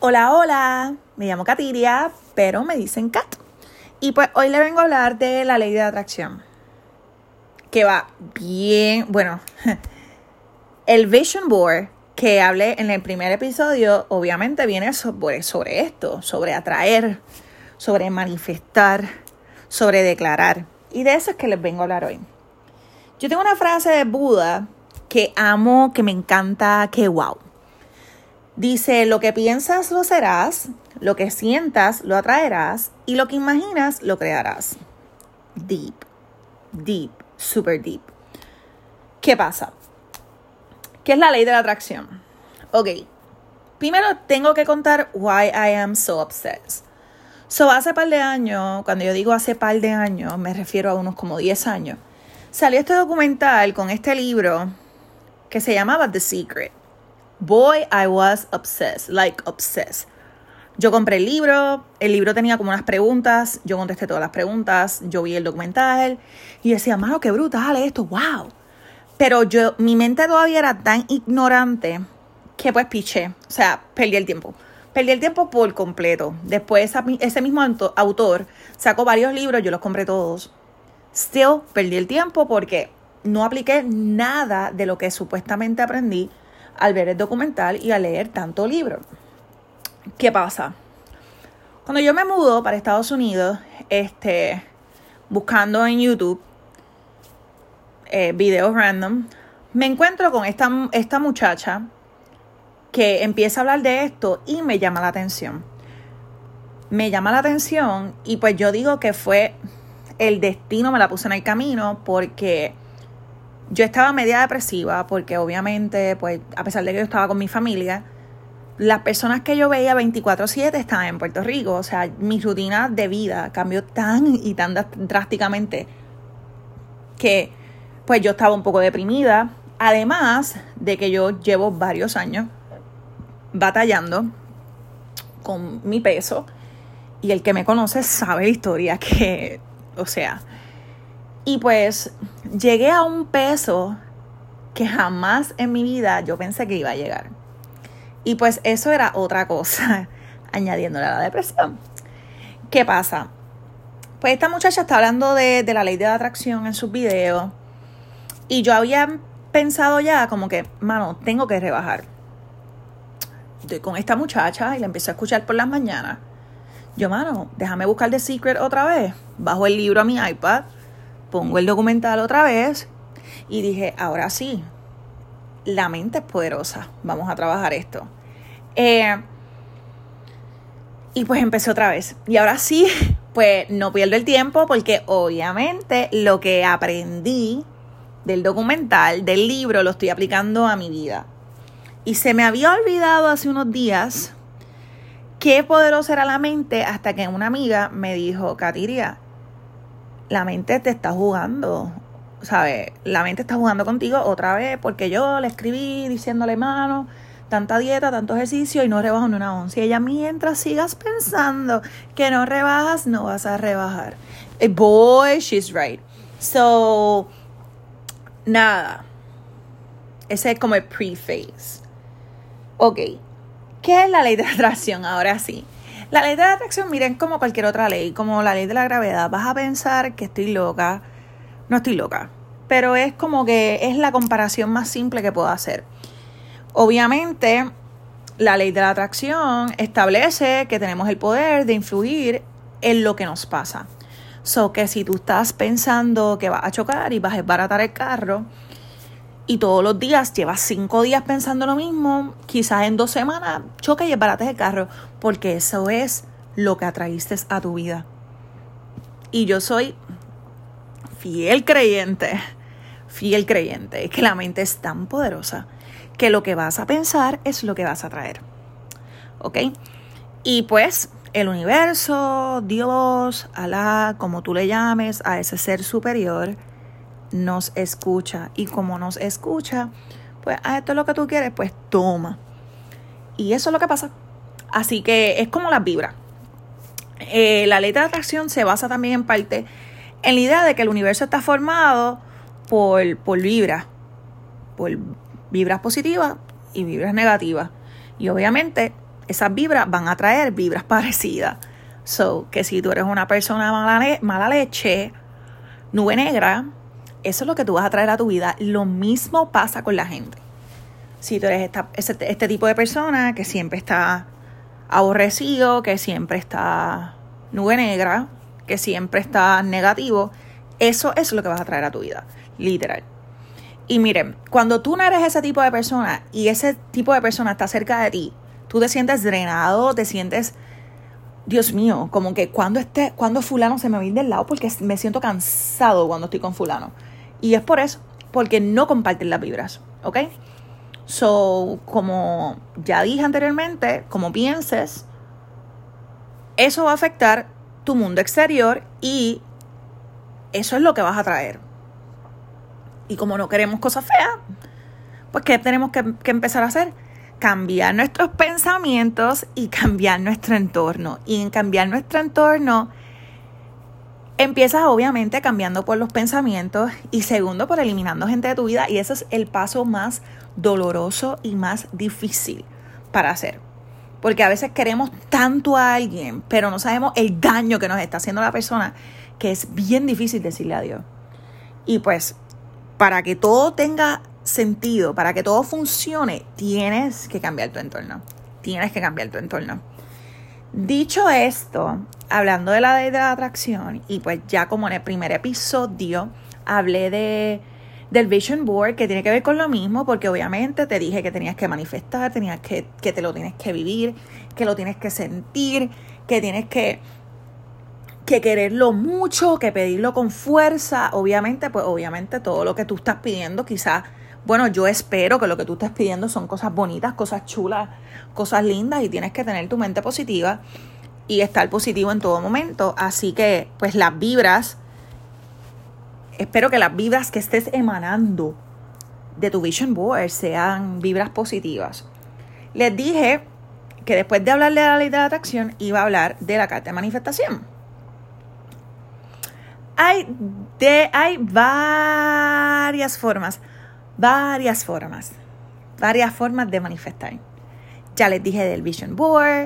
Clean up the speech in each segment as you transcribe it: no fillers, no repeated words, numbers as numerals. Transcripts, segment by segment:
Hola, hola, me llamo Katiria, pero me dicen Kat. Y pues hoy le vengo a hablar de la ley de atracción, que va bien, bueno, el Vision Board que hablé en el primer episodio, obviamente viene sobre esto, sobre atraer, sobre manifestar, sobre declarar. Y de eso es que les vengo a hablar hoy. Yo tengo una frase de Buda que amo, que me encanta, que wow. Dice, lo que piensas lo serás, lo que sientas lo atraerás y lo que imaginas lo crearás. Deep, super deep. ¿Qué pasa? ¿Qué es la ley de la atracción? Ok, primero tengo que contar why I am so obsessed. Hace par de años, cuando yo digo hace par de años, me refiero a unos como 10 años, salió este documental con este libro que se llamaba The Secret. Boy, I was obsessed, like obsessed. Yo compré el libro tenía como unas preguntas, yo contesté todas las preguntas, yo vi el documental y decía, mano, qué brutal esto, wow. Pero mi mente todavía era tan ignorante que pues piché, o sea, perdí el tiempo por completo. Después ese mismo autor sacó varios libros, yo los compré todos. Still, perdí el tiempo porque no apliqué nada de lo que supuestamente aprendí al ver el documental y a leer tanto libro. ¿Qué pasa? Cuando yo me mudo para Estados Unidos, buscando en YouTube videos random, me encuentro con esta muchacha que empieza a hablar de esto y me llama la atención. Y pues yo digo que fue el destino, me la puse en el camino porque yo estaba media depresiva porque obviamente, pues a pesar de que yo estaba con mi familia, las personas que yo veía 24/7 estaban en Puerto Rico. O sea, mi rutina de vida cambió tan drásticamente que pues yo estaba un poco deprimida. Además de que yo llevo varios años batallando con mi peso y el que me conoce sabe la historia y pues llegué a un peso que jamás en mi vida yo pensé que iba a llegar. Y pues eso era otra cosa, añadiéndole a la depresión. ¿Qué pasa? Pues esta muchacha está hablando de la ley de la atracción en sus videos. Y yo había pensado ya como que, mano, tengo que rebajar. Estoy con esta muchacha y la empiezo a escuchar por las mañanas. Yo, mano, déjame buscar The Secret otra vez. Bajo el libro a mi iPad, pongo el documental otra vez y dije, ahora sí, la mente es poderosa, vamos a trabajar esto. Y pues empecé otra vez. Y ahora sí, pues no pierdo el tiempo porque obviamente lo que aprendí del documental, del libro, lo estoy aplicando a mi vida. Y se me había olvidado hace unos días qué poderosa era la mente hasta que una amiga me dijo, Katiria, la mente te está jugando, ¿sabes? La mente está jugando contigo otra vez porque yo le escribí diciéndole, mano, tanta dieta, tanto ejercicio y no rebajo ni una onza. Y ella, mientras sigas pensando que no rebajas, no vas a rebajar. Boy, she's right. So, nada. Ese es como el preface. Ok. ¿Qué es la ley de la atracción? Ahora sí. La ley de la atracción, miren, como cualquier otra ley, como la ley de la gravedad, vas a pensar que estoy loca. No estoy loca, pero es como que es la comparación más simple que puedo hacer. Obviamente, la ley de la atracción establece que tenemos el poder de influir en lo que nos pasa. Que si tú estás pensando que vas a chocar y vas a desbaratar el carro, y todos los días llevas 5 días pensando lo mismo, quizás en 2 semanas choques y desbarates el carro, porque eso es lo que atraíste a tu vida. Y yo soy fiel creyente, que la mente es tan poderosa que lo que vas a pensar es lo que vas a traer. ¿Ok? Y pues el universo, Dios, Alá, como tú le llames, a ese ser superior, nos escucha. Y como nos escucha, pues esto es lo que tú quieres, pues toma. Y eso es lo que pasa. Así que es como las vibras. La ley de atracción se basa también en parte en la idea de que el universo está formado por vibras positivas y vibras negativas. Y obviamente esas vibras van a traer vibras parecidas. So, que si tú eres una persona mala leche, nube negra, eso es lo que tú vas a traer a tu vida. Lo mismo pasa con la gente. Si tú eres este tipo de persona que siempre está aborrecido, que siempre está nube negra, que siempre está negativo, eso es lo que vas a traer a tu vida, literal. Y miren, cuando tú no eres ese tipo de persona y ese tipo de persona está cerca de ti, tú te sientes drenado, te sientes, Dios mío, como que cuando fulano se me va a ir del lado, porque me siento cansado cuando estoy con fulano. Y es por eso, porque no comparten las vibras, ¿ok? So, como ya dije anteriormente, como pienses, eso va a afectar tu mundo exterior y eso es lo que vas a traer. Y como no queremos cosas feas, pues ¿qué tenemos que empezar a hacer? Cambiar nuestros pensamientos y cambiar nuestro entorno. Y en cambiar nuestro entorno, empiezas obviamente cambiando por los pensamientos y segundo por eliminando gente de tu vida. Y ese es el paso más doloroso y más difícil para hacer. Porque a veces queremos tanto a alguien, pero no sabemos el daño que nos está haciendo la persona, que es bien difícil decirle adiós. Y pues, para que todo tenga sentido, para que todo funcione, tienes que cambiar tu entorno. Tienes que cambiar tu entorno. Dicho esto, hablando de la ley de la atracción, y pues ya como en el primer episodio hablé del Vision Board, que tiene que ver con lo mismo, porque obviamente te dije que tenías que manifestar, que te lo tienes que vivir, que lo tienes que sentir, que tienes que quererlo mucho, que pedirlo con fuerza. Obviamente todo lo que tú estás pidiendo, quizás, bueno, yo espero que lo que tú estés pidiendo son cosas bonitas, cosas chulas, cosas lindas, y tienes que tener tu mente positiva y estar positivo en todo momento. Así que, pues las vibras, espero que las vibras que estés emanando de tu Vision Board sean vibras positivas. Les dije que después de hablar de la ley de la atracción, iba a hablar de la carta de manifestación. Hay varias formas de manifestar. Ya les dije del Vision Board.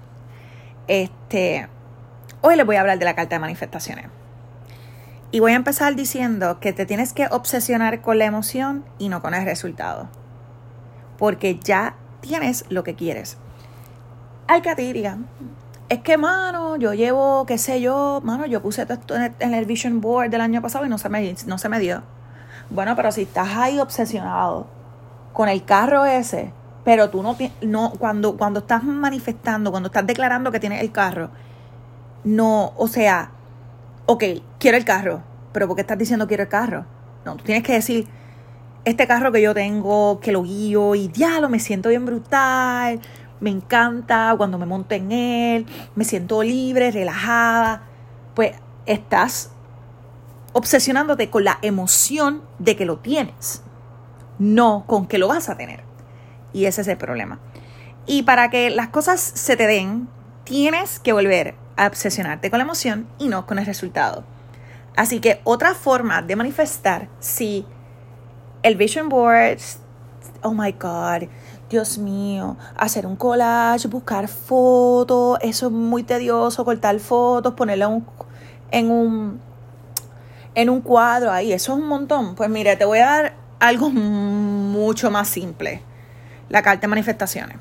Hoy les voy a hablar de la carta de manifestaciones. Y voy a empezar diciendo que te tienes que obsesionar con la emoción y no con el resultado. Porque ya tienes lo que quieres. Ay, Katiria, es que, mano, yo llevo, qué sé yo, yo puse todo esto en el Vision Board del año pasado y no se me dio. Bueno, pero si estás ahí obsesionado con el carro ese, pero tú cuando estás manifestando, cuando estás declarando que tienes el carro, no, o sea, ok, quiero el carro, pero ¿por qué estás diciendo quiero el carro? No, tú tienes que decir, este carro que yo tengo, que lo guío y diablo, me siento bien brutal, me encanta cuando me monto en él, me siento libre, relajada. Pues estás obsesionándote con la emoción de que lo tienes, no con que lo vas a tener. Y ese es el problema. Y para que las cosas se te den, tienes que volver a obsesionarte con la emoción y no con el resultado. Así que otra forma de manifestar, si el Vision Board, oh my God, Dios mío, hacer un collage, buscar fotos, eso es muy tedioso, cortar fotos, ponerla en un cuadro ahí, eso es un montón. Pues mire, te voy a dar algo mucho más simple, la carta de manifestaciones.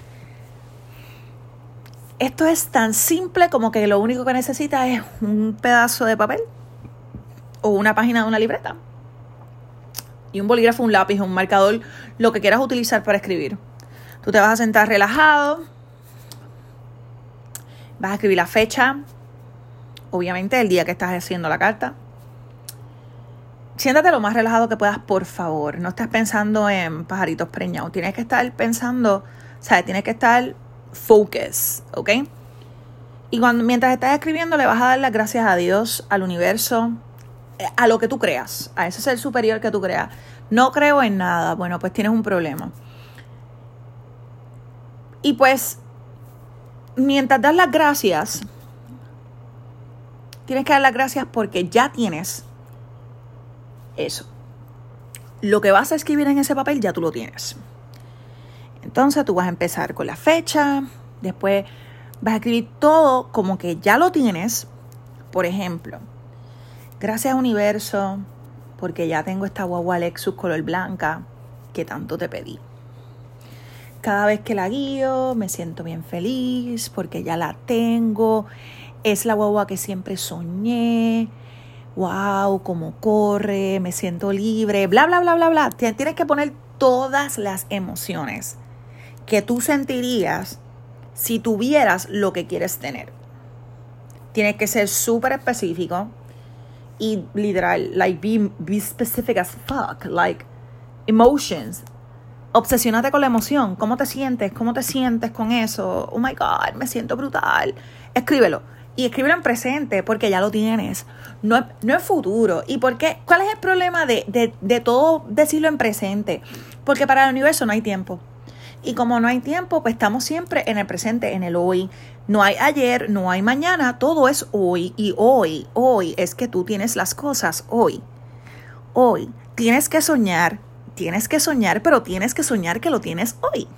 Esto es tan simple como que lo único que necesitas es un pedazo de papel o una página de una libreta y un bolígrafo, un lápiz, un marcador, lo que quieras utilizar para escribir. Tú te vas a sentar relajado, vas a escribir la fecha, obviamente el día que estás haciendo la carta. Siéntate lo más relajado que puedas, por favor. No estés pensando en pajaritos preñados. Tienes que estar pensando, tienes que estar focus, ¿ok? Y mientras estás escribiendo le vas a dar las gracias a Dios, al universo, a lo que tú creas, a ese ser superior que tú creas. No creo en nada. Bueno, pues tienes un problema. Y pues, mientras das las gracias, tienes que dar las gracias porque ya tienes eso. Lo que vas a escribir en ese papel ya tú lo tienes. Entonces tú vas a empezar con la fecha, después vas a escribir todo como que ya lo tienes. Por ejemplo, gracias universo, porque ya tengo esta guagua Lexus color blanca que tanto te pedí. Cada vez que la guío me siento bien feliz porque ya la tengo. Es la guagua que siempre soñé. Wow, cómo corre, me siento libre, bla, bla, bla, bla, bla. Tienes que poner todas las emociones que tú sentirías si tuvieras lo que quieres tener. Tienes que ser súper específico y literal, like be specific as fuck, like emotions. Obsesionate con la emoción. ¿Cómo te sientes? ¿Cómo te sientes con eso? Oh my God, me siento brutal. Escríbelo. Y escríbelo en presente porque ya lo tienes. No es futuro. ¿Y por qué? ¿Cuál es el problema de todo decirlo en presente? Porque para el universo no hay tiempo. Y como no hay tiempo, pues estamos siempre en el presente, en el hoy. No hay ayer, no hay mañana, todo es hoy. Y hoy es que tú tienes las cosas hoy. Hoy tienes que soñar, pero tienes que soñar que lo tienes hoy.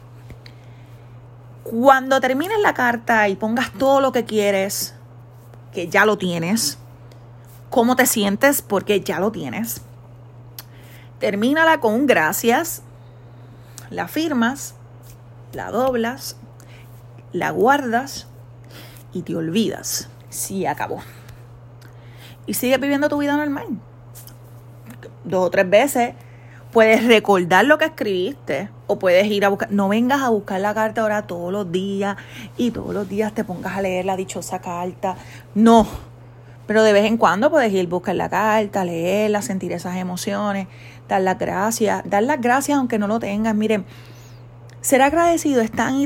Cuando termines la carta y pongas todo lo que quieres, que ya lo tienes, cómo te sientes porque ya lo tienes, termínala con un gracias, la firmas, la doblas, la guardas y te olvidas. Sí, acabó. Y sigues viviendo tu vida normal. 2 o 3 veces puedes recordar lo que escribiste o puedes ir a buscar. No vengas a buscar la carta ahora todos los días y todos los días te pongas a leer la dichosa carta. No. Pero de vez en cuando puedes ir a buscar la carta, leerla, sentir esas emociones, dar las gracias. Dar las gracias aunque no lo tengas. Miren, ser agradecido es tan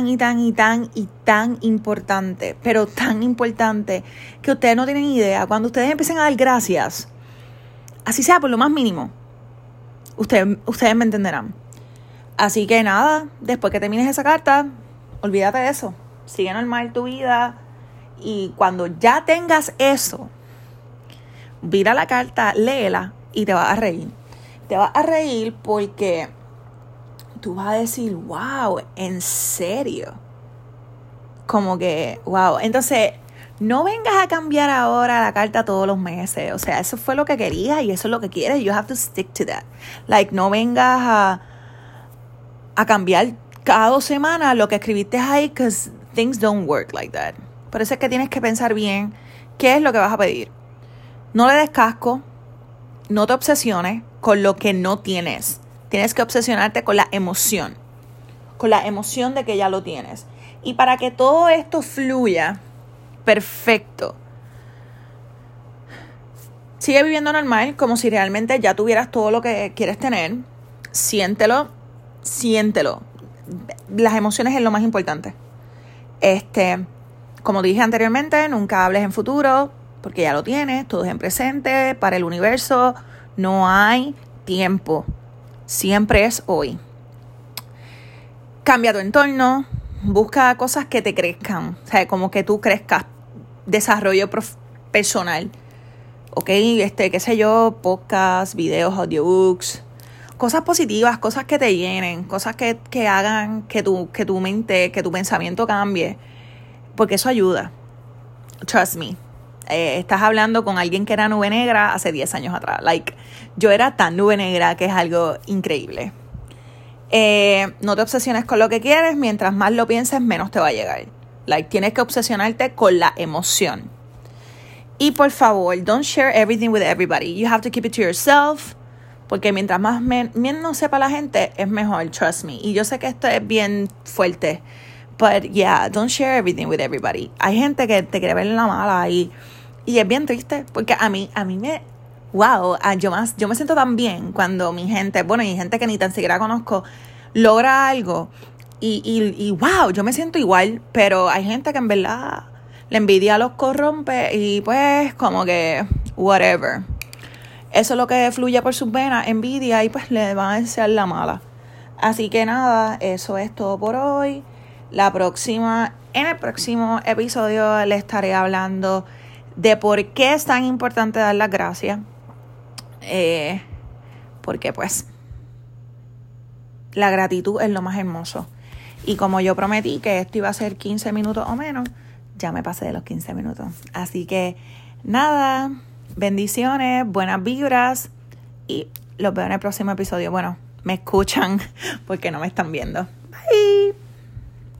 importante, pero tan importante que ustedes no tienen idea. Cuando ustedes empiecen a dar gracias, así sea por lo más mínimo, ustedes me entenderán. Así que nada, después que termines esa carta, olvídate de eso. Sigue normal tu vida. Y cuando ya tengas eso, vira la carta, léela y te vas a reír. Te vas a reír porque tú vas a decir, wow, ¿en serio? Como que, wow. Entonces, no vengas a cambiar ahora la carta todos los meses. O sea, eso fue lo que querías y eso es lo que quieres. You have to stick to that. Like, no vengas a cambiar cada 2 semanas lo que escribiste ahí, because things don't work like that. Por eso es que tienes que pensar bien qué es lo que vas a pedir. No le des casco, no te obsesiones con lo que no tienes. Tienes que obsesionarte con la emoción de que ya lo tienes. Y para que todo esto fluya perfecto, sigue viviendo normal, como si realmente ya tuvieras todo lo que quieres tener. Siéntelo. Las emociones es lo más importante. Como dije anteriormente, nunca hables en futuro, porque ya lo tienes, todo es en presente. Para el universo no hay tiempo, siempre es hoy. Cambia tu entorno, busca cosas que te crezcan, o sea, como que tú crezcas, desarrollo personal, ¿ok? Qué sé yo, podcasts, videos, audiobooks, cosas positivas, cosas que te llenen, cosas que hagan que tu mente, que tu pensamiento cambie, porque eso ayuda. Trust me. Estás hablando con alguien que era nube negra hace 10 años atrás. Like, yo era tan nube negra que es algo increíble. No te obsesiones con lo que quieres. Mientras más lo pienses, menos te va a llegar. Like, tienes que obsesionarte con la emoción. Y por favor, don't share everything with everybody. You have to keep it to yourself. Porque mientras más menos sepa la gente, es mejor. Trust me. Y yo sé que esto es bien fuerte. But yeah, don't share everything with everybody. Hay gente que te quiere ver en la mala y es bien triste. Porque a mí me... Wow, yo me siento tan bien cuando mi gente, y gente que ni tan siquiera conozco, logra algo y wow, yo me siento igual, pero hay gente que en verdad la envidia los corrompe y pues como que whatever. Eso es lo que fluye por sus venas, envidia, y pues le van a desear la mala. Así que nada, eso es todo por hoy. En el próximo episodio les estaré hablando de por qué es tan importante dar las gracias. Porque pues la gratitud es lo más hermoso. Y como yo prometí que esto iba a ser 15 minutos o menos, ya me pasé de los 15 minutos. Así que nada, bendiciones, buenas vibras y los veo en el próximo episodio. Bueno, me escuchan porque no me están viendo. Bye.